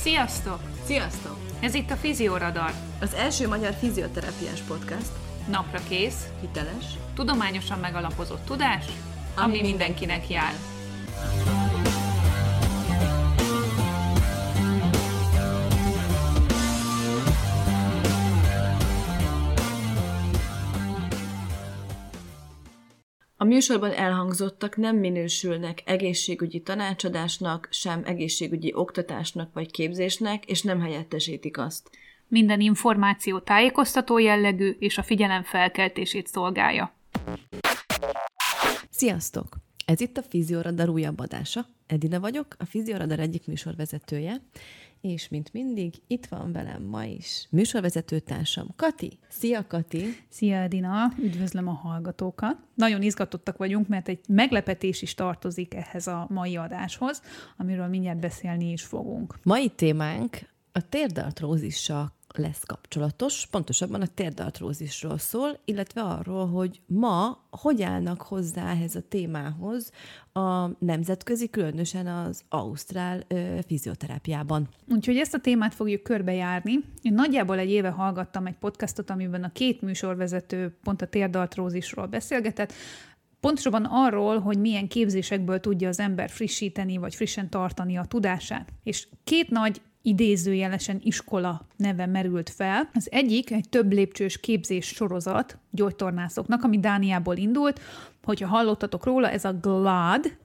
Sziasztok! Sziasztok! Ez itt a Fizioradar. Az első magyar fizioterápiás podcast. Napra kész, Hiteles, tudományosan megalapozott tudás, ami mindenkinek jár. A műsorban elhangzottak nem minősülnek egészségügyi tanácsadásnak, sem egészségügyi oktatásnak vagy képzésnek, és nem helyettesítik azt. Minden információ tájékoztató jellegű, és a figyelem felkeltését szolgálja. Sziasztok! Ez itt a Fizioradar újabb adása. Edina vagyok, a Fizioradar egyik műsorvezetője, és mint mindig, itt van velem ma is műsorvezetőtársam Kati. Szia, Kati! Szia, Edina! Üdvözlöm a hallgatókat! Nagyon izgatottak vagyunk, mert egy meglepetés is tartozik ehhez a mai adáshoz, amiről mindjárt beszélni is fogunk. Mai témánk a térdartrózissal lesz kapcsolatos, pontosabban a térdartrózisról szól, illetve arról, hogy ma hogy állnak hozzá ehhez a témához a nemzetközi, különösen az ausztrál fizioterápiában. Úgyhogy ezt a témát fogjuk körbejárni. Én nagyjából egy éve hallgattam egy podcastot, amiben a két műsorvezető pont a térdartrózisról beszélgetett, pontosabban arról, hogy milyen képzésekből tudja az ember frissíteni, vagy frissen tartani a tudását. És két nagy idézőjelesen iskola neve merült fel. Az egyik egy több lépcsős képzés sorozat gyógytornászoknak, ami Dániából indult. Hogyha hallottatok róla, ez a GLAD,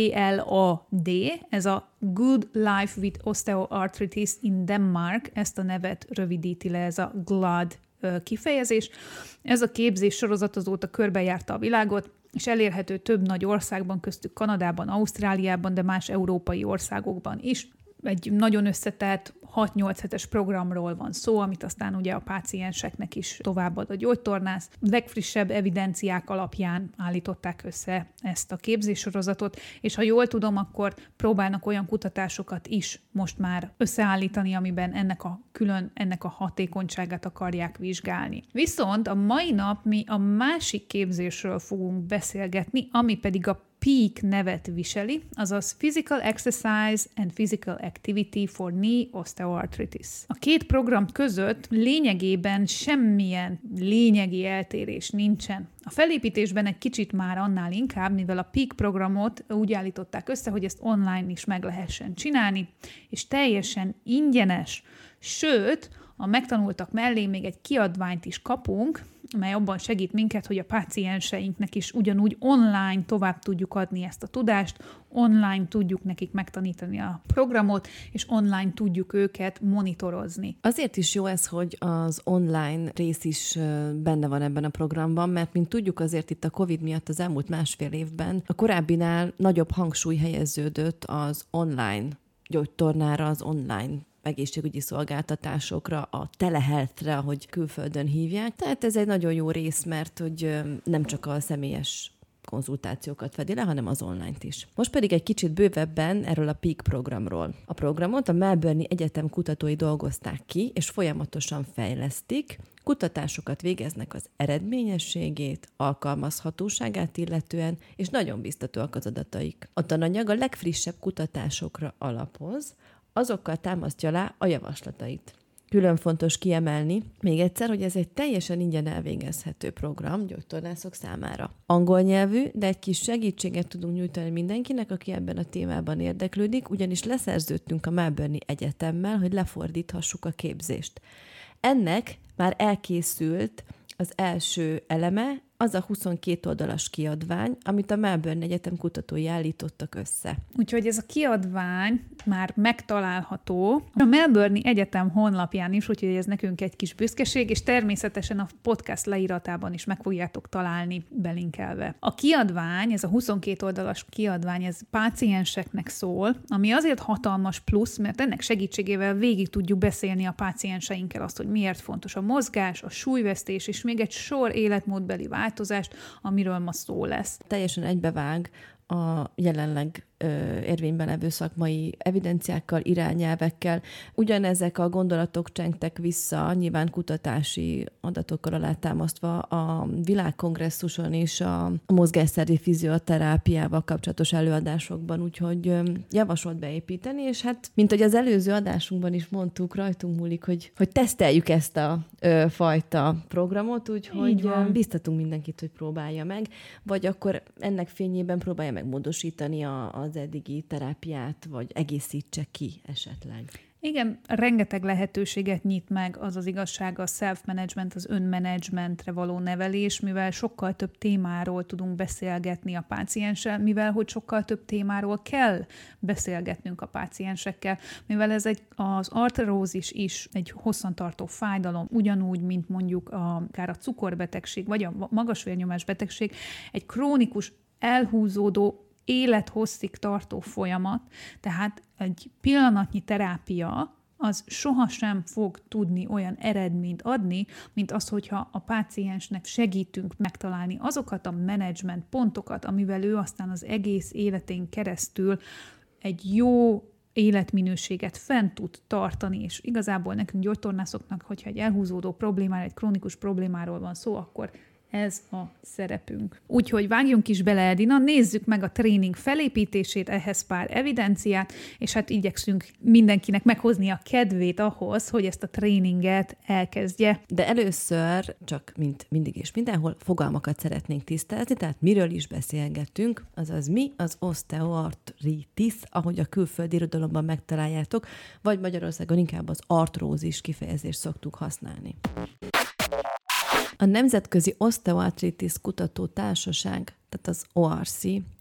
G-L-A-D, ez a Good Life with Osteoarthritis in Denmark, ezt a nevet rövidíti le, ez a GLAD kifejezés. Ez a képzés sorozat azóta körbejárta a világot, és elérhető több nagy országban, köztük Kanadában, Ausztráliában, de más európai országokban is. Egy nagyon összetett 6-8 hetes programról van szó, amit aztán ugye a pácienseknek is továbbad a gyógytornász. Legfrissebb evidenciák alapján állították össze ezt a képzéssorozatot, és ha jól tudom, akkor próbálnak olyan kutatásokat is most már összeállítani, amiben ennek a hatékonyságát akarják vizsgálni. Viszont a mai nap mi a másik képzésről fogunk beszélgetni, ami pedig a PEAK nevet viseli, azaz Physical Exercise and Physical Activity for Knee Osteoarthritis. A két program között lényegében semmilyen lényegi eltérés nincsen. A felépítésben egy kicsit már annál inkább, mivel a PEAK programot úgy állították össze, hogy ezt online is meg lehessen csinálni, és teljesen ingyenes, sőt, a megtanultak mellé még egy kiadványt is kapunk, mely abban segít minket, hogy a pácienseinknek is ugyanúgy online tovább tudjuk adni ezt a tudást, online tudjuk nekik megtanítani a programot, és online tudjuk őket monitorozni. Azért is jó ez, hogy az online rész is benne van ebben a programban, mert mint tudjuk, azért itt a Covid miatt az elmúlt másfél évben a korábbinál nagyobb hangsúly helyeződött az online gyógytornára, az online egészségügyi szolgáltatásokra, a telehealthre, ahogy külföldön hívják. Tehát ez egy nagyon jó rész, mert hogy nem csak a személyes konzultációkat fedi le, hanem az online-t is. Most pedig egy kicsit bővebben erről a PEAK programról. A programot a Melbourne-i Egyetem kutatói dolgozták ki, és folyamatosan fejlesztik, kutatásokat végeznek az eredményességét, alkalmazhatóságát illetően, és nagyon biztatóak az adataik. A tananyag a legfrissebb kutatásokra alapoz, azokkal támasztja alá a javaslatait. Külön fontos kiemelni, még egyszer, hogy ez egy teljesen ingyen elvégezhető program gyógytornászok számára. Angol nyelvű, de egy kis segítséget tudunk nyújtani mindenkinek, aki ebben a témában érdeklődik, ugyanis leszerződtünk a Melbourne-i Egyetemmel, hogy lefordíthassuk a képzést. Ennek már elkészült az első eleme, az a 22 oldalas kiadvány, amit a Melbourne Egyetem kutatói állítottak össze. Úgyhogy ez a kiadvány már megtalálható a Melbourne-i Egyetem honlapján is, úgyhogy ez nekünk egy kis büszkeség, és természetesen a podcast leíratában is meg fogjátok találni belinkelve. A kiadvány, ez a 22 oldalas kiadvány, ez pácienseknek szól, ami azért hatalmas plusz, mert ennek segítségével végig tudjuk beszélni a pácienseinkkel azt, hogy miért fontos a mozgás, a súlyvesztés, és még egy sor életmódbeli változást, amiről ma szó lesz. Teljesen egybevág a jelenleg érvényben levő szakmai evidenciákkal, irányelvekkel. Ugyanezek a gondolatok csengtek vissza, nyilván kutatási adatokkal alátámasztva a világkongresszuson és a mozgásszervi fizioterápiával kapcsolatos előadásokban, úgyhogy javasolt beépíteni, és hát, mint hogy az előző adásunkban is mondtuk, rajtunk múlik, hogy teszteljük ezt a fajta programot, úgyhogy biztatunk mindenkit, hogy próbálja meg, vagy akkor ennek fényében próbálja meg módosítani az eddigi terápiát, vagy egészítse ki esetleg. Igen, rengeteg lehetőséget nyit meg az igazság, a self-management, az önmenedzsmentre való nevelés, mivel sokkal több témáról tudunk beszélgetni a pácienssel, mivel hogy sokkal több témáról kell beszélgetnünk a páciensekkel, mivel ez az arterózis is egy hosszantartó fájdalom, ugyanúgy, mint mondjuk akár a cukorbetegség, vagy a magasvérnyomás betegség, egy krónikus, elhúzódó, élethosszig tartó folyamat, tehát egy pillanatnyi terápia az sohasem fog tudni olyan eredményt adni, mint az, hogyha a páciensnek segítünk megtalálni azokat a menedzsment pontokat, amivel ő aztán az egész életén keresztül egy jó életminőséget fent tud tartani, és igazából nekünk gyógytornászoknak, hogyha egy elhúzódó problémáról, egy krónikus problémáról van szó, akkor ez a szerepünk. Úgyhogy vágjunk is bele, Edina, nézzük meg a tréning felépítését, ehhez pár evidenciát, és hát igyekszünk mindenkinek meghozni a kedvét ahhoz, hogy ezt a tréninget elkezdje. De először, csak mint mindig és mindenhol, fogalmakat szeretnénk tisztázni, tehát miről is beszélgetünk, azaz mi az osteoartritis, ahogy a külföldi irodalomban megtaláljátok, vagy Magyarországon inkább az artrózis kifejezést szoktuk használni. A Nemzetközi Osteoartritis Kutató Társaság, tehát az ORC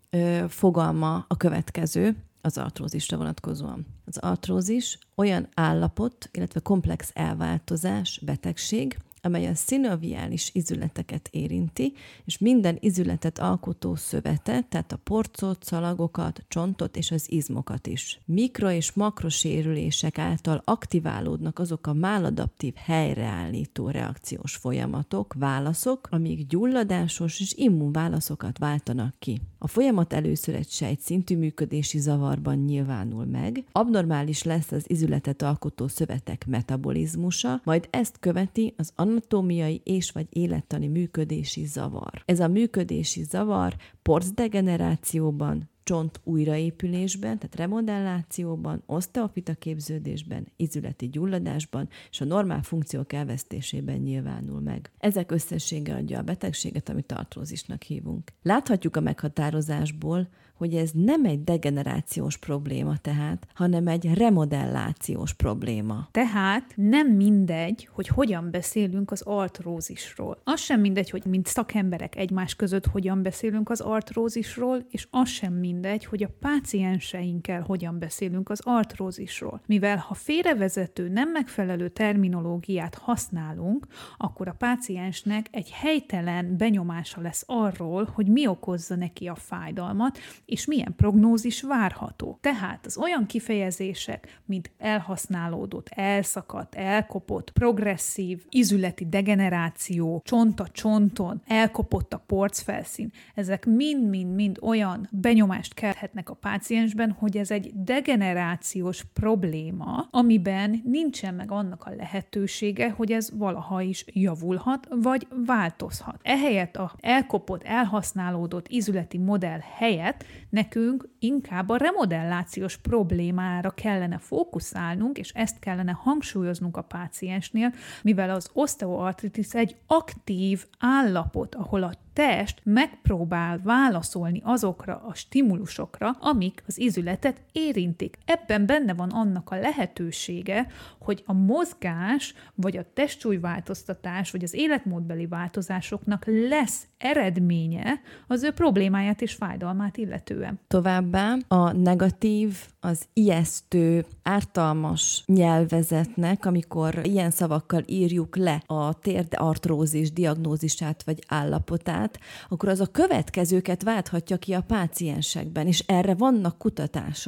fogalma a következő az artrózisra vonatkozóan. Az artrózis olyan állapot, illetve komplex elváltozás, betegség, amely a szinoviális izületeket érinti, és minden izületet alkotó szövetet, tehát a porcot, szalagokat, csontot és az izmokat is. Mikro- és makrosérülések által aktiválódnak azok a máladaptív helyreállító reakciós folyamatok, válaszok, amik gyulladásos és immunválaszokat váltanak ki. A folyamat először egy sejtszintű működési zavarban nyilvánul meg, abnormális lesz az izületet alkotó szövetek metabolizmusa, majd ezt követi az anatómiai és vagy élettani működési zavar. Ez a működési zavar porcdegenerációban, csont újraépülésben, tehát remodellációban, oszteofita képződésben, izületi gyulladásban és a normál funkciók elvesztésében nyilvánul meg. Ezek összessége adja a betegséget, amit artrózisnak hívunk. Láthatjuk a meghatározásból, hogy ez nem egy degenerációs probléma tehát, hanem egy remodellációs probléma. Tehát nem mindegy, hogy hogyan beszélünk az artrózisról. Az sem mindegy, hogy mint szakemberek egymás között hogyan beszélünk az artrózisról, és az sem mindegy, hogy a pácienseinkkel hogyan beszélünk az artrózisról. Mivel ha félrevezető, nem megfelelő terminológiát használunk, akkor a páciensnek egy helytelen benyomása lesz arról, hogy mi okozza neki a fájdalmat, és milyen prognózis várható. Tehát az olyan kifejezések, mint elhasználódott, elszakadt, elkopott, progresszív, izületi degeneráció, csont a csonton, elkopott a porcfelszín, ezek mind-mind-mind olyan benyomást kelthetnek a páciensben, hogy ez egy degenerációs probléma, amiben nincsen meg annak a lehetősége, hogy ez valaha is javulhat, vagy változhat. Ehelyett a elkopott, elhasználódott izületi modell helyett nekünk inkább a remodellációs problémára kellene fókuszálnunk, és ezt kellene hangsúlyoznunk a páciensnél, mivel az osteoartritis egy aktív állapot, ahol a test megpróbál válaszolni azokra a stimulusokra, amik az izületet érintik. Ebben benne van annak a lehetősége, hogy a mozgás, vagy a testsúlyváltoztatás, vagy az életmódbeli változásoknak lesz eredménye az ő problémáját és fájdalmát illetően. Továbbá a negatív, az ijesztő, ártalmas nyelvezetnek, amikor ilyen szavakkal írjuk le a térdartrózis diagnózisát vagy állapotát, akkor az a következőket válthatja ki a páciensekben, és erre vannak kutatások.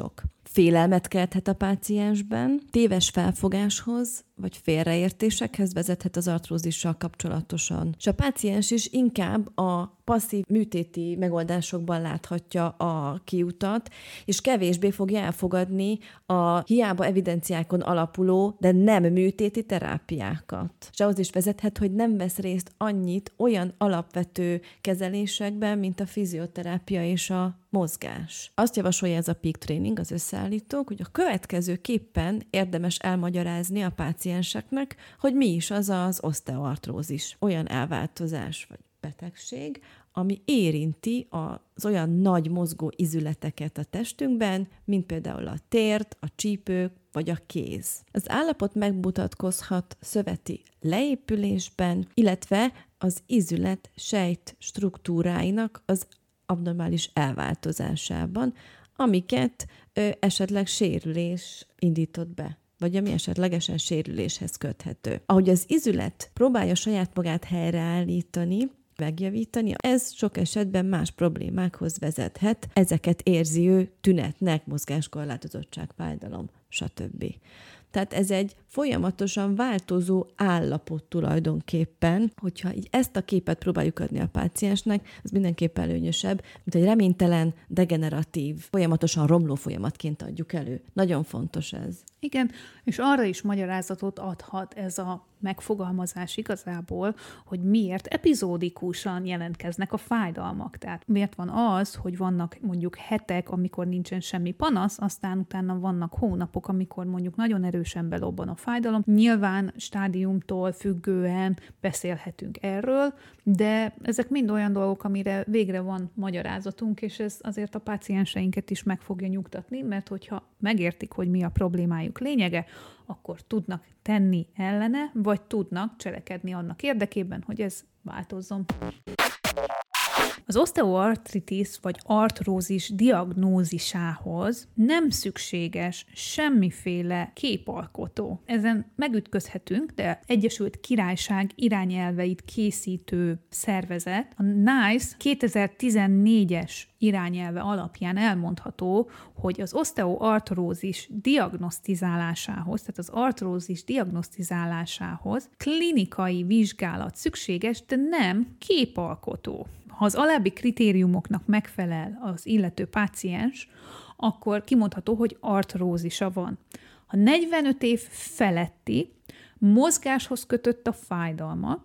félelmet kelthet a páciensben, téves felfogáshoz vagy félreértésekhez vezethet az artrózissal kapcsolatosan. És a páciens is inkább a passzív műtéti megoldásokban láthatja a kiutat, és kevésbé fogja elfogadni a hiába evidenciákon alapuló, de nem műtéti terápiákat. És ahhoz is vezethet, hogy nem vesz részt annyit olyan alapvető kezelésekben, mint a fizioterápia és a mozgás. Azt javasolja ez a Peak Training, az összeállítók, hogy a következőképpen érdemes elmagyarázni a pácienseknek, hogy mi is az az oszteoartrózis. Olyan elváltozás vagy betegség, ami érinti az olyan nagy mozgó izületeket a testünkben, mint például a tért, a csípők vagy a kéz. Az állapot megmutatkozhat szöveti leépülésben, illetve az izület sejt struktúráinak az abnormális elváltozásában, amiket esetleg sérülés indított be, vagy ami esetlegesen sérüléshez köthető. Ahogy az izület próbálja saját magát helyreállítani, megjavítani, ez sok esetben más problémákhoz vezethet. Ezeket érzi ő tünetnek, mozgáskorlátozottság, fájdalom, stb. Tehát ez egy folyamatosan változó állapot tulajdonképpen, hogyha így ezt a képet próbáljuk adni a páciensnek, az mindenképpen előnyösebb, mint egy reménytelen, degeneratív, folyamatosan romló folyamatként adjuk elő. Nagyon fontos ez. Igen, és arra is magyarázatot adhat ez a megfogalmazás igazából, hogy miért epizódikusan jelentkeznek a fájdalmak. Tehát miért van az, hogy vannak mondjuk hetek, amikor nincsen semmi panasz, aztán utána vannak hónapok, amikor mondjuk nagyon erősen belobban a fájdalom. Nyilván stádiumtól függően beszélhetünk erről, de ezek mind olyan dolgok, amire végre van magyarázatunk, és ez azért a pácienseinket is meg fogja nyugtatni, mert hogyha megértik, hogy mi a problémájuk lényege, akkor tudnak tenni ellene, vagy tudnak cselekedni annak érdekében, hogy ez változzon. Az oszteoartritis vagy artrózis diagnózisához nem szükséges semmiféle képalkotó. Ezen megütközhetünk, de Egyesült Királyság irányelveit készítő szervezet, a NICE 2014-es irányelve alapján elmondható, hogy az oszteoartrózis diagnosztizálásához, tehát az artrózis diagnosztizálásához klinikai vizsgálat szükséges, de nem képalkotó. Ha az alábbi kritériumoknak megfelel az illető páciens, akkor kimondható, hogy artrózisa van. Ha 45 év feletti, mozgáshoz kötött a fájdalma,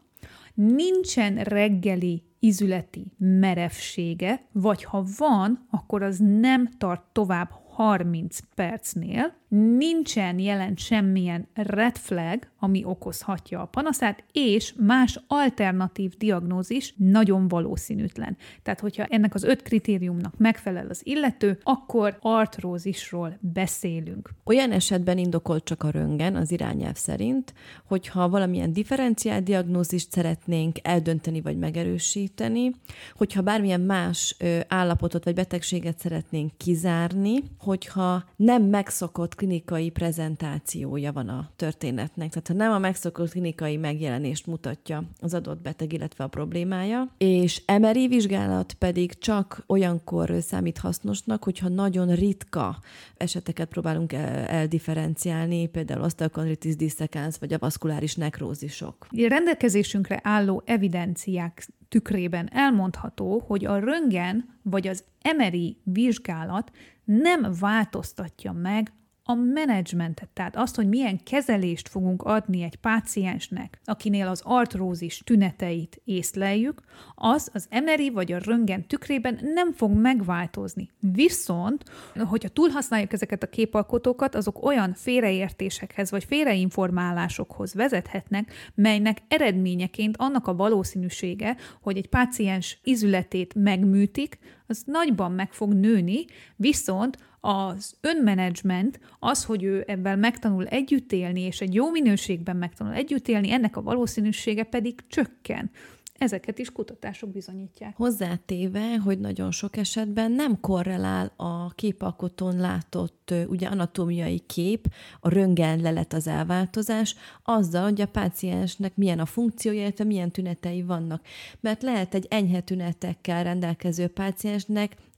nincsen reggeli izületi merevsége, vagy ha van, akkor az nem tart tovább 30 percnél, nincsen jelen semmilyen red flag, ami okozhatja a panaszát, és más alternatív diagnózis nagyon valószínűtlen. Tehát, hogyha ennek az 5 kritériumnak megfelel az illető, akkor artrózisról beszélünk. Olyan esetben indokolt csak a röntgen az irányelv szerint, hogyha valamilyen differenciált diagnózist szeretnénk eldönteni vagy megerősíteni, hogyha bármilyen más állapotot vagy betegséget szeretnénk kizárni, hogyha nem megszokott klinikai prezentációja van a történetnek, tehát ha nem a megszokott klinikai megjelenést mutatja az adott beteg, illetve a problémája, és MRI vizsgálat pedig csak olyankor számít hasznosnak, hogyha nagyon ritka eseteket próbálunk eldifferenciálni, például oszteokondritis dissekans vagy a vaszkuláris nekrózisok. Rendelkezésünkre álló evidenciák tükrében elmondható, hogy a röntgen vagy az MRI vizsgálat nem változtatja meg a menedzsmentet, tehát azt, hogy milyen kezelést fogunk adni egy páciensnek, akinél az artrózis tüneteit észleljük, az MRI vagy a röntgen tükrében nem fog megváltozni. Viszont, hogyha túlhasználjuk ezeket a képalkotókat, azok olyan félreértésekhez vagy félreinformálásokhoz vezethetnek, melynek eredményeként annak a valószínűsége, hogy egy páciens izületét megműtik, az nagyban meg fog nőni, viszont az önmenedzsment, az, hogy ő ebben megtanul együtt élni, és egy jó minőségben megtanul együtt élni, ennek a valószínűsége pedig csökken. Ezeket is kutatások bizonyítják. Hozzátéve, hogy nagyon sok esetben nem korrelál a képalkotón látott ugye anatómiai kép, a röntgenlelet az elváltozás, azzal, hogy a páciensnek milyen a funkciója, illetve milyen tünetei vannak. Mert lehet egy enyhe tünetekkel rendelkező páciensnek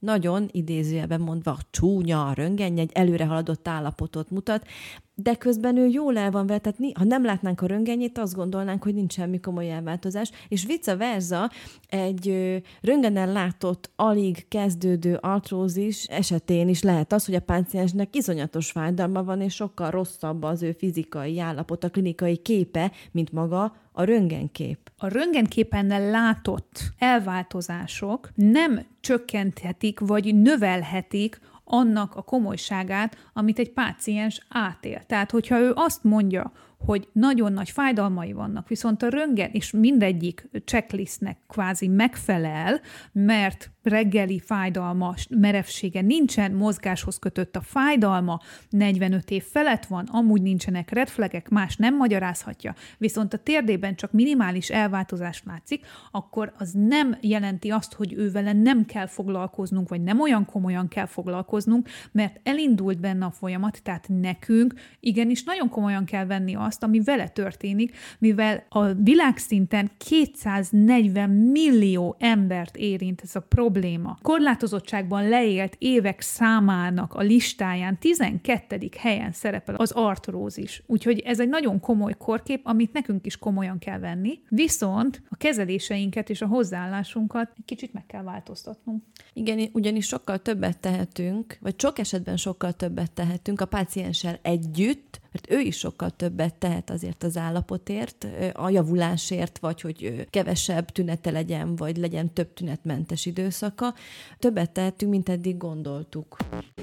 nagyon idézőjelben mondva csúnya röntgenje, egy előrehaladott állapotot mutat, de közben ő jól el van vele, tehát ha nem látnánk a röntgenjét, azt gondolnánk, hogy nincs semmi komoly elváltozás, és vice versa, egy röntgenen látott, alig kezdődő artrózis esetén is lehet az, hogy a páciensnek iszonyatos fájdalma van, és sokkal rosszabb az ő fizikai állapot, a klinikai képe, mint maga a röntgenkép. A röntgenképen látott elváltozások nem csökkenthetik, vagy növelhetik annak a komolyságát, amit egy páciens átél. Tehát, hogyha ő azt mondja, hogy nagyon nagy fájdalmai vannak, viszont a röntgen és mindegyik checklistnek kvázi megfelel, mert reggeli fájdalmas merevsége nincsen, mozgáshoz kötött a fájdalma, 45 év felett van, amúgy nincsenek red flagek, más nem magyarázhatja, viszont a térdében csak minimális elváltozás látszik, akkor az nem jelenti azt, hogy ő vele nem kell foglalkoznunk, vagy nem olyan komolyan kell foglalkoznunk, mert elindult benne a folyamat, tehát nekünk igenis nagyon komolyan kell venni azt, ami vele történik, mivel a világszinten 240 millió embert érint ez a probléma. Korlátozottságban leélt évek számának a listáján 12. helyen szerepel az artrózis. Úgyhogy ez egy nagyon komoly korkép, amit nekünk is komolyan kell venni, viszont a kezeléseinket és a hozzáállásunkat egy kicsit meg kell változtatnunk. Igen, ugyanis sokkal többet tehetünk, vagy sok esetben sokkal többet tehetünk a pácienssel együtt, mert ő is sokkal többet tehet azért az állapotért, a javulásért, vagy hogy kevesebb tünete legyen, vagy legyen több tünetmentes időszaka. Többet tehetünk, mint eddig gondoltuk.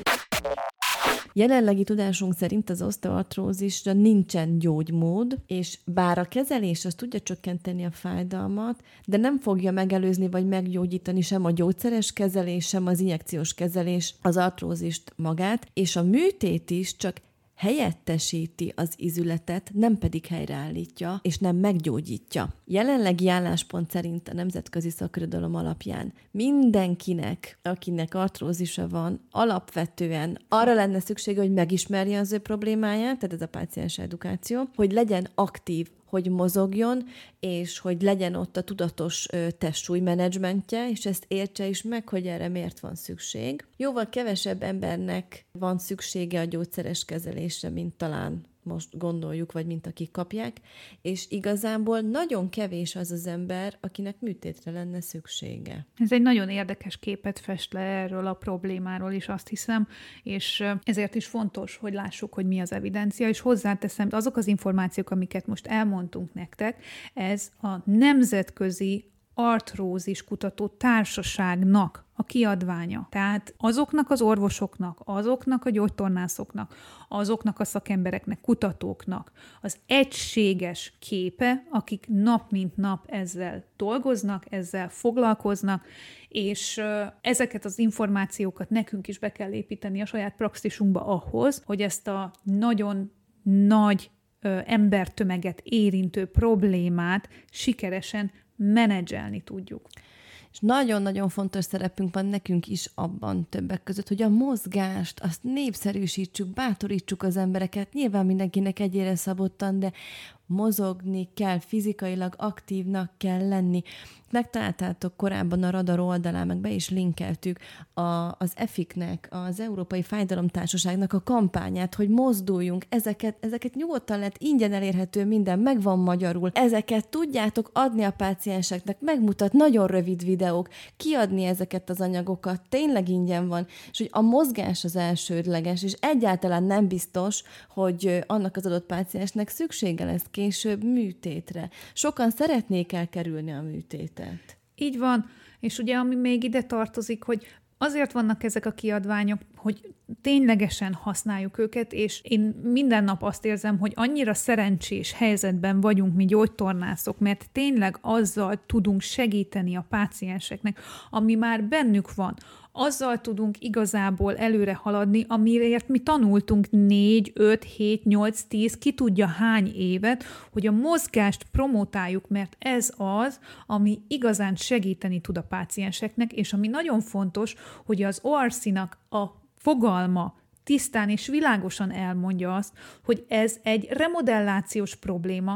Jelenlegi tudásunk szerint az oszteoartrózisra nincsen gyógymód, és bár a kezelés az tudja csökkenteni a fájdalmat, de nem fogja megelőzni vagy meggyógyítani sem a gyógyszeres kezelés, sem az injekciós kezelés az artrózist magát, és a műtét is csak helyettesíti az izületet, nem pedig helyreállítja, és nem meggyógyítja. Jelenlegi álláspont szerint a nemzetközi szakirodalom alapján mindenkinek, akinek artrózisa van, alapvetően arra lenne szüksége, hogy megismerje az ő problémáját, tehát ez a páciens edukáció, hogy legyen aktív, hogy mozogjon, és hogy legyen ott a tudatos testsúlymenedzsmentje, és ezt értse is meg, hogy erre miért van szükség. Jóval kevesebb embernek van szüksége a gyógyszeres kezelésre, mint talán most gondoljuk, vagy mint akik kapják, és igazából nagyon kevés az az ember, akinek műtétre lenne szüksége. Ez egy nagyon érdekes képet fest le erről a problémáról is, azt hiszem, és ezért is fontos, hogy lássuk, hogy mi az evidencia, és hozzáteszem, azok az információk, amiket most elmondtunk nektek, ez a Nemzetközi Artrózis Kutató Társaságnak a kiadványa. Tehát azoknak az orvosoknak, azoknak a gyógytornászoknak, azoknak a szakembereknek, kutatóknak az egységes képe, akik nap mint nap ezzel dolgoznak, ezzel foglalkoznak, és ezeket az információkat nekünk is be kell építeni a saját praxisunkba ahhoz, hogy ezt a nagyon nagy embertömeget érintő problémát sikeresen menedzselni tudjuk. És nagyon-nagyon fontos szerepünk van nekünk is abban többek között, hogy a mozgást, azt népszerűsítsük, bátorítsuk az embereket, nyilván mindenkinek egyére szabottan, de mozogni kell, fizikailag aktívnak kell lenni. Megtaláltátok korábban a Radar oldalán, meg be is linkeltük az EFIC-nek, az Európai Fájdalomtársaságnak a kampányát, hogy mozduljunk, ezeket nyugodtan lehet, ingyen elérhető minden, megvan magyarul. Ezeket tudjátok adni a pácienseknek, megmutat nagyon rövid videók, kiadni ezeket az anyagokat, tényleg ingyen van, és hogy a mozgás az elsődleges, és egyáltalán nem biztos, hogy annak az adott páciensnek szüksége lesz később műtétre. Sokan szeretnék elkerülni a műtétet. Így van, és ugye ami még ide tartozik, hogy azért vannak ezek a kiadványok, hogy ténylegesen használjuk őket, és én minden nap azt érzem, hogy annyira szerencsés helyzetben vagyunk mi gyógytornászok, mert tényleg azzal tudunk segíteni a pácienseknek, ami már bennük van. Azzal tudunk igazából előre haladni, amiért mi tanultunk 4, 5, 7, 8, 10, ki tudja hány évet, hogy a mozgást promotáljuk, mert ez az, ami igazán segíteni tud a pácienseknek, és ami nagyon fontos, hogy az ORC-nak a fogalma tisztán és világosan elmondja azt, hogy ez egy remodellációs probléma,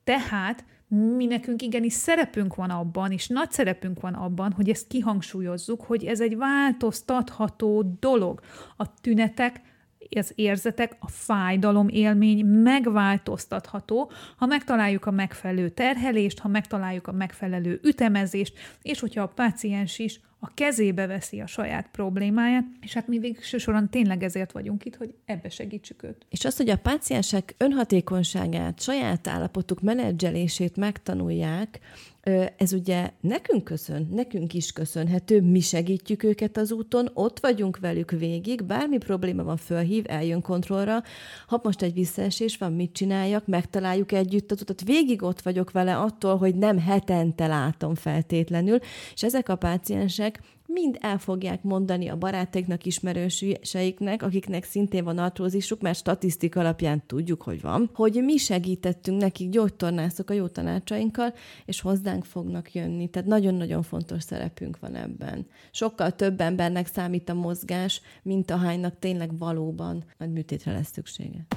Tehát mi nekünk igenis szerepünk van abban, és nagy szerepünk van abban, hogy ezt kihangsúlyozzuk, hogy ez egy változtatható dolog. A tünetek, az érzetek, a fájdalom élmény megváltoztatható, ha megtaláljuk a megfelelő terhelést, ha megtaláljuk a megfelelő ütemezést, és hogyha a páciens is a kezébe veszi a saját problémáját, és hát mi végső soron tényleg ezért vagyunk itt, hogy ebbe segítsük őt. És az, hogy a páciensek önhatékonyságát, saját állapotuk menedzselését megtanulják, ez ugye nekünk is köszönhető, mi segítjük őket az úton, ott vagyunk velük végig, bármi probléma van, fölhív, eljön kontrollra, ha most egy visszaesés van, mit csináljak, megtaláljuk együtt az utat, végig ott vagyok vele attól, hogy nem hetente látom feltétlenül, és ezek a páciensek mind el fogják mondani a barátaiknak, ismerőseiknek, akiknek szintén van artrózisuk, mert statisztika alapján tudjuk, hogy van, hogy mi segítettünk nekik, gyógytornászok a jó tanácsainkkal, és hozzánk fognak jönni. Tehát nagyon-nagyon fontos szerepünk van ebben. Sokkal több embernek számít a mozgás, mint ahánynak tényleg valóban nagy műtétre lesz szüksége.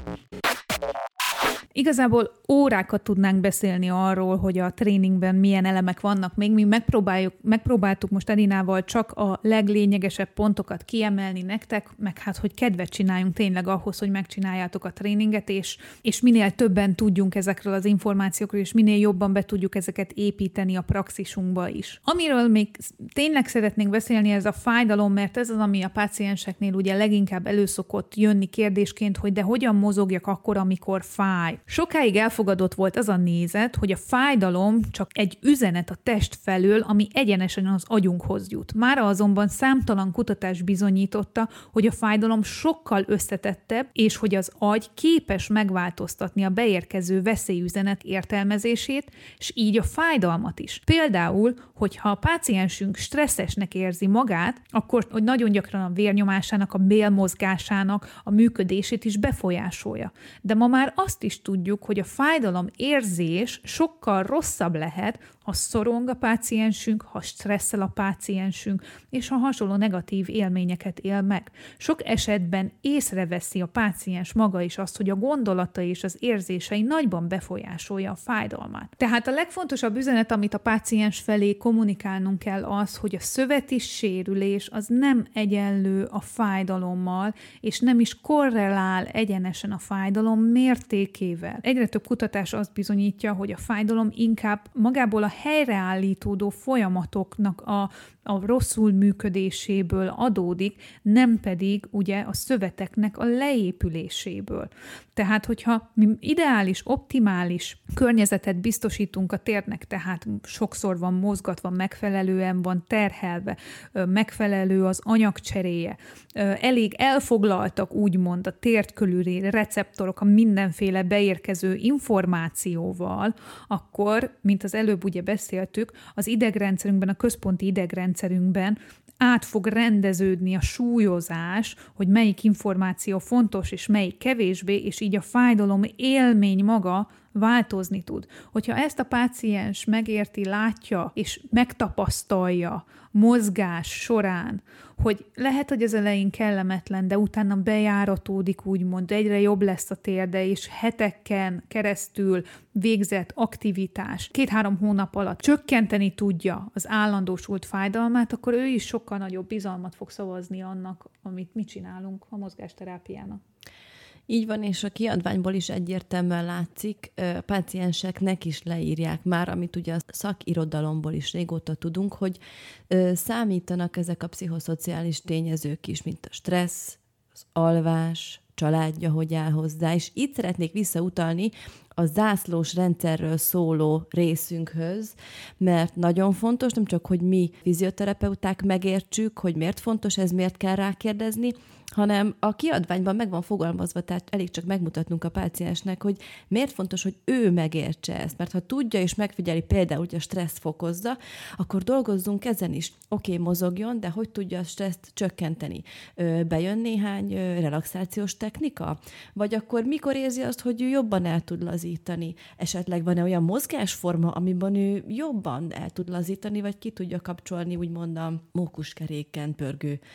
Igazából órákat tudnánk beszélni arról, hogy a tréningben milyen elemek vannak. Még mi megpróbáltuk most Edinával csak a leglényegesebb pontokat kiemelni nektek, meg hát, hogy kedvet csináljunk tényleg ahhoz, hogy megcsináljátok a tréninget, és minél többen tudjunk ezekről az információkról, és minél jobban be tudjuk ezeket építeni a praxisunkba is. Amiről még tényleg szeretnénk beszélni, ez a fájdalom, mert ez az, ami a pácienseknél ugye leginkább előszokott jönni kérdésként, hogy de hogyan mozogjak akkor, amikor fáj. Sokáig elfogadott volt az a nézet, hogy a fájdalom csak egy üzenet a test felől, ami egyenesen az agyunkhoz jut. Mára azonban számtalan kutatás bizonyította, hogy a fájdalom sokkal összetettebb, és hogy az agy képes megváltoztatni a beérkező veszélyüzenet értelmezését, és így a fájdalmat is. Például, hogyha a páciensünk stresszesnek érzi magát, akkor hogy nagyon gyakran a vérnyomásának, a bélmozgásának a működését is befolyásolja. De ma már azt is tudjuk, hogy a fájdalom érzés sokkal rosszabb lehet, ha szorong a páciensünk, ha stresszel a páciensünk, és ha hasonló negatív élményeket él meg. Sok esetben észreveszi a páciens maga is azt, hogy a gondolatai és az érzései nagyban befolyásolja a fájdalmát. Tehát a legfontosabb üzenet, amit a páciens felé kommunikálnunk kell az, hogy a szöveti sérülés az nem egyenlő a fájdalommal, és nem is korrelál egyenesen a fájdalom mértékével. Egyre több kutatás azt bizonyítja, hogy a fájdalom inkább magából a helyreállítódó folyamatoknak a rosszul működéséből adódik, nem pedig ugye a szöveteknek a leépüléséből. Tehát, hogyha mi ideális, optimális környezetet biztosítunk a térnek, tehát sokszor van mozgatva, megfelelően van terhelve, megfelelő az anyagcseréje, elég elfoglaltak úgymond a tért körüli receptorok a mindenféle beérkező információval, akkor, mint az előbb ugye beszéltük, az idegrendszerünkben, a központi idegrendszerünkben át fog rendeződni a súlyozás, hogy melyik információ fontos és melyik kevésbé, és így a fájdalom élmény maga változni tud. Hogyha ezt a páciens megérti, látja és megtapasztalja mozgás során, hogy lehet, hogy az elején kellemetlen, de utána bejáratódik úgymond, egyre jobb lesz a térde, és heteken keresztül végzett aktivitás 2-3 hónap alatt csökkenteni tudja az állandósult fájdalmát, akkor ő is sokkal nagyobb bizalmat fog szavazni annak, amit mi csinálunk a mozgásterápiának. Így van, és a kiadványból is egyértelműen látszik, a pácienseknek is leírják már, amit ugye a szakirodalomból is régóta tudunk, hogy számítanak ezek a pszichoszociális tényezők is, mint a stressz, az alvás, családja, hogy áll hozzá, és itt szeretnék visszautalni a zászlós rendszerről szóló részünkhöz, mert nagyon fontos, nem csak, hogy mi fizioterapeuták megértsük, hogy miért fontos ez, miért kell rákérdezni, hanem a kiadványban meg van fogalmazva, tehát elég csak megmutatnunk a páciensnek, hogy miért fontos, hogy ő megértse ezt. Mert ha tudja és megfigyeli például, hogy a stressz fokozza, akkor dolgozzunk ezen is. Oké, mozogjon, de hogy tudja a stresszt csökkenteni? Bejön néhány relaxációs technika? Vagy akkor mikor érzi azt, hogy ő jobban el tud lazítani? Esetleg van-e olyan mozgásforma, amiben ő jobban el tud lazítani, vagy ki tudja kapcsolni úgymond a mókuskeréken pörgő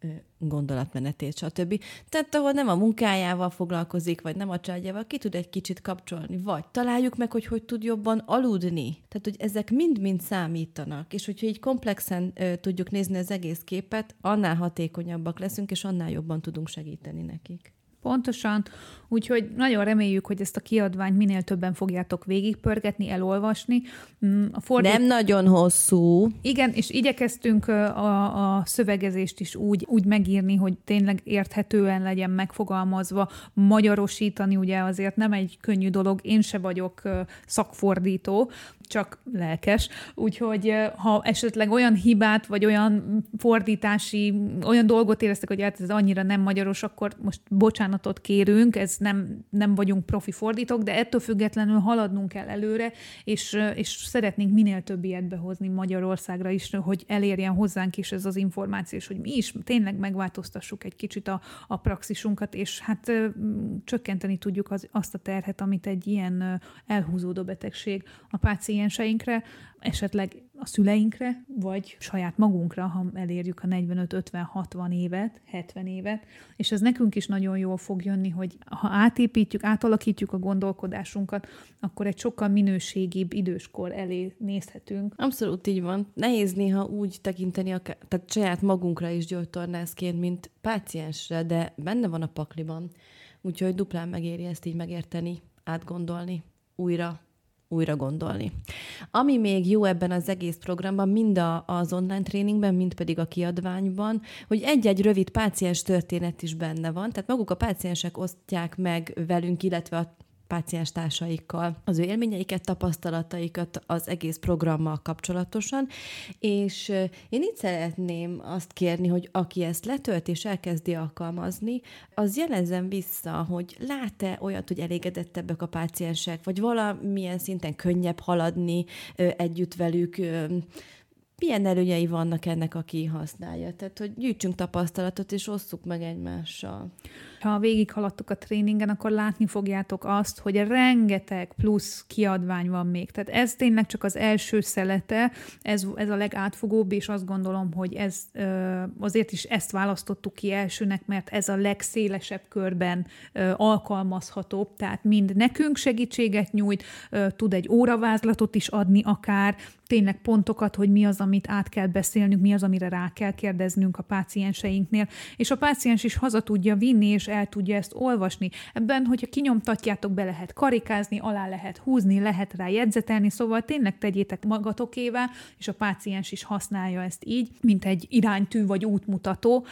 gondolatmenetét, stb. Tehát ahol nem a munkájával foglalkozik, vagy nem a családjával, ki tud egy kicsit kapcsolni, vagy találjuk meg, hogy tud jobban aludni. Tehát, hogy ezek mind-mind számítanak, és hogyha így komplexen tudjuk nézni az egész képet, annál hatékonyabbak leszünk, és annál jobban tudunk segíteni nekik. Pontosan, úgyhogy nagyon reméljük, hogy ezt a kiadványt minél többen fogjátok végigpörgetni, elolvasni. Nem nagyon hosszú. Igen, és igyekeztünk a szövegezést is úgy megírni, hogy tényleg érthetően legyen megfogalmazva, magyarosítani, ugye azért nem egy könnyű dolog, én se vagyok szakfordító, csak lelkes, úgyhogy ha esetleg olyan hibát, vagy olyan fordítási, olyan dolgot éreztek, hogy hát ez annyira nem magyaros, akkor most bocsánatot kérünk, ez nem vagyunk profi fordítók, de ettől függetlenül haladnunk kell előre, és szeretnénk minél több ilyet behozni Magyarországra is, hogy elérjen hozzánk is ez az információ, és hogy mi is tényleg megváltoztassuk egy kicsit a praxisunkat, és hát csökkenteni tudjuk azt a terhet, amit egy ilyen elhúzódó betegség a pácienseinkre, esetleg a szüleinkre, vagy saját magunkra, ha elérjük a 45-50-60 évet, 70 évet, és ez nekünk is nagyon jól fog jönni, hogy ha átalakítjuk a gondolkodásunkat, akkor egy sokkal minőségibb időskor elé nézhetünk. Abszolút így van. Nehéz néha úgy tekinteni, tehát saját magunkra is gyógytornászként, mint páciensre, de benne van a pakliban. Úgyhogy duplán megéri ezt így megérteni, átgondolni, újra gondolni. Ami még jó ebben az egész programban, mind az online tréningben, mind pedig a kiadványban, hogy egy-egy rövid páciens történet is benne van, tehát maguk a páciensek osztják meg velünk, illetve a páciens társaikkal az ő élményeiket, tapasztalataikat az egész programmal kapcsolatosan, és én itt szeretném azt kérni, hogy aki ezt letölt és elkezdi alkalmazni, az jelezzen vissza, hogy lát-e olyat, hogy elégedettebbek a páciensek, vagy valamilyen szinten könnyebb haladni együtt velük, milyen előnyei vannak ennek, aki használja. Tehát, hogy gyűjtsünk tapasztalatot, és osszuk meg egymással. Ha végighaladtok a tréningen, akkor látni fogjátok azt, hogy rengeteg plusz kiadvány van még. Tehát ez tényleg csak az első szelete, ez a legátfogóbb, és azt gondolom, hogy ez azért is ezt választottuk ki elsőnek, mert ez a legszélesebb körben alkalmazható. Tehát mind nekünk segítséget nyújt, tud egy óravázlatot is adni akár, tényleg pontokat, hogy mi az, amit át kell beszélnünk, mi az, amire rá kell kérdeznünk a pácienseinknél, és a páciens is haza tudja vinni, és el tudja ezt olvasni. Ebben, hogyha kinyomtatjátok, be lehet karikázni, alá lehet húzni, lehet rá jegyzetelni, szóval tényleg tegyétek magatokévá, és a páciens is használja ezt így, mint egy iránytű vagy útmutató,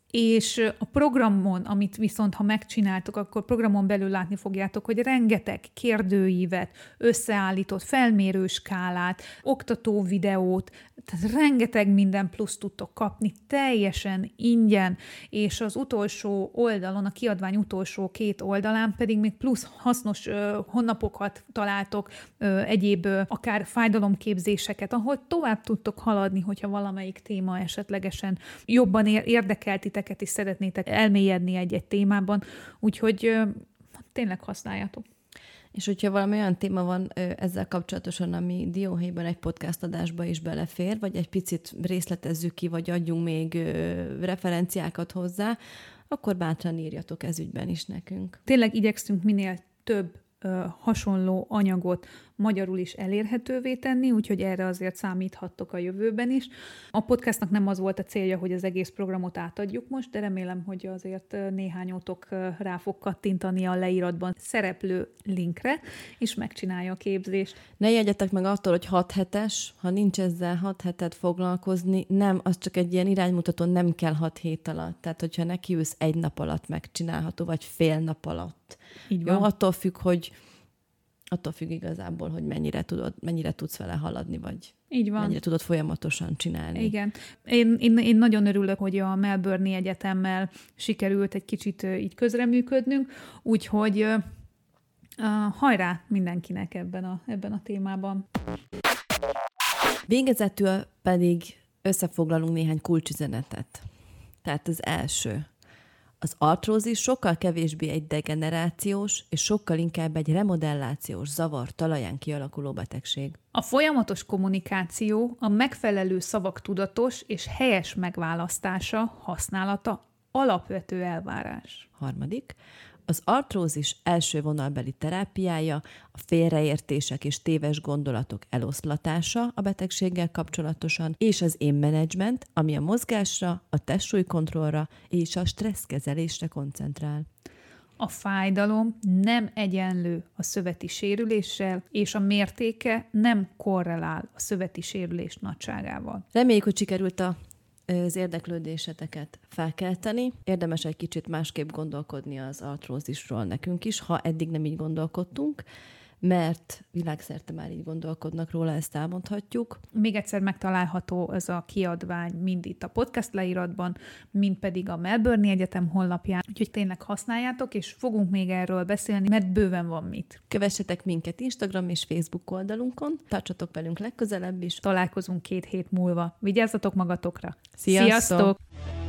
és a programon, amit viszont, ha megcsináltok, akkor programon belül látni fogjátok, hogy rengeteg kérdőívet, összeállított felmérőskálát, oktató videót, tehát rengeteg minden plusz tudtok kapni, teljesen ingyen, és az utolsó oldalon, a kiadvány utolsó 2 oldalán pedig még plusz hasznos honlapokat találtok, egyéb akár fájdalomképzéseket, ahol tovább tudtok haladni, hogyha valamelyik téma esetlegesen jobban érdekel titeket, és szeretnétek elmélyedni egy-egy témában, úgyhogy tényleg használjátok. És hogyha valami olyan téma van ezzel kapcsolatosan, ami dióhéjban egy podcast adásba is belefér, vagy egy picit részletezzük ki, vagy adjunk még referenciákat hozzá, akkor bátran írjatok ez ügyben is nekünk. Tényleg igyekszünk minél több hasonló anyagot magyarul is elérhetővé tenni, úgyhogy erre azért számíthattok a jövőben is. A podcastnak nem az volt a célja, hogy az egész programot átadjuk most, de remélem, hogy azért néhányotok rá fog kattintani a leíratban szereplő linkre, és megcsinálja a képzést. Ne jegyetek meg attól, hogy 6 hetes, ha nincs ezzel 6 hetet foglalkozni, nem, az csak egy ilyen iránymutató, nem kell 6 hét alatt. Tehát, hogyha nekiülsz 1 nap alatt megcsinálható, vagy fél nap alatt. Így van. Jó, attól függ igazából, hogy mennyire tudsz vele haladni, vagy így van. Mennyire tudod folyamatosan csinálni. Igen. Én nagyon örülök, hogy a Melbourne-i Egyetemmel sikerült egy kicsit így közreműködnünk, úgyhogy hajrá mindenkinek ebben a témában. Végezetül pedig összefoglalunk néhány kulcsüzenetet. Tehát az első. Az artrózis sokkal kevésbé egy degenerációs, és sokkal inkább egy remodellációs zavar talaján kialakuló betegség. A folyamatos kommunikáció, a megfelelő szavak tudatos és helyes megválasztása, használata alapvető elvárás. Harmadik, az artrózis első vonalbeli terápiája a félreértések és téves gondolatok eloszlatása a betegséggel kapcsolatosan, és az én-menedzsment, ami a mozgásra, a testsúlykontrollra és a stresszkezelésre koncentrál. A fájdalom nem egyenlő a szöveti sérüléssel, és a mértéke nem korrelál a szöveti sérülés nagyságával. Reméljük, hogy sikerült az érdeklődéseteket felkelteni. Érdemes egy kicsit másképp gondolkodni az artrózisról nekünk is, ha eddig nem így gondolkodtunk, mert világszerte már így gondolkodnak róla, ezt elmondhatjuk. Még egyszer megtalálható ez a kiadvány mind itt a podcast leíratban, mind pedig a Melbourne Egyetem honlapján, úgyhogy tényleg használjátok, és fogunk még erről beszélni, mert bőven van mit. Kövessetek minket Instagram és Facebook oldalunkon, tartsatok velünk legközelebb is. Találkozunk 2 hét múlva. Vigyázzatok magatokra! Sziasztok! Sziasztok!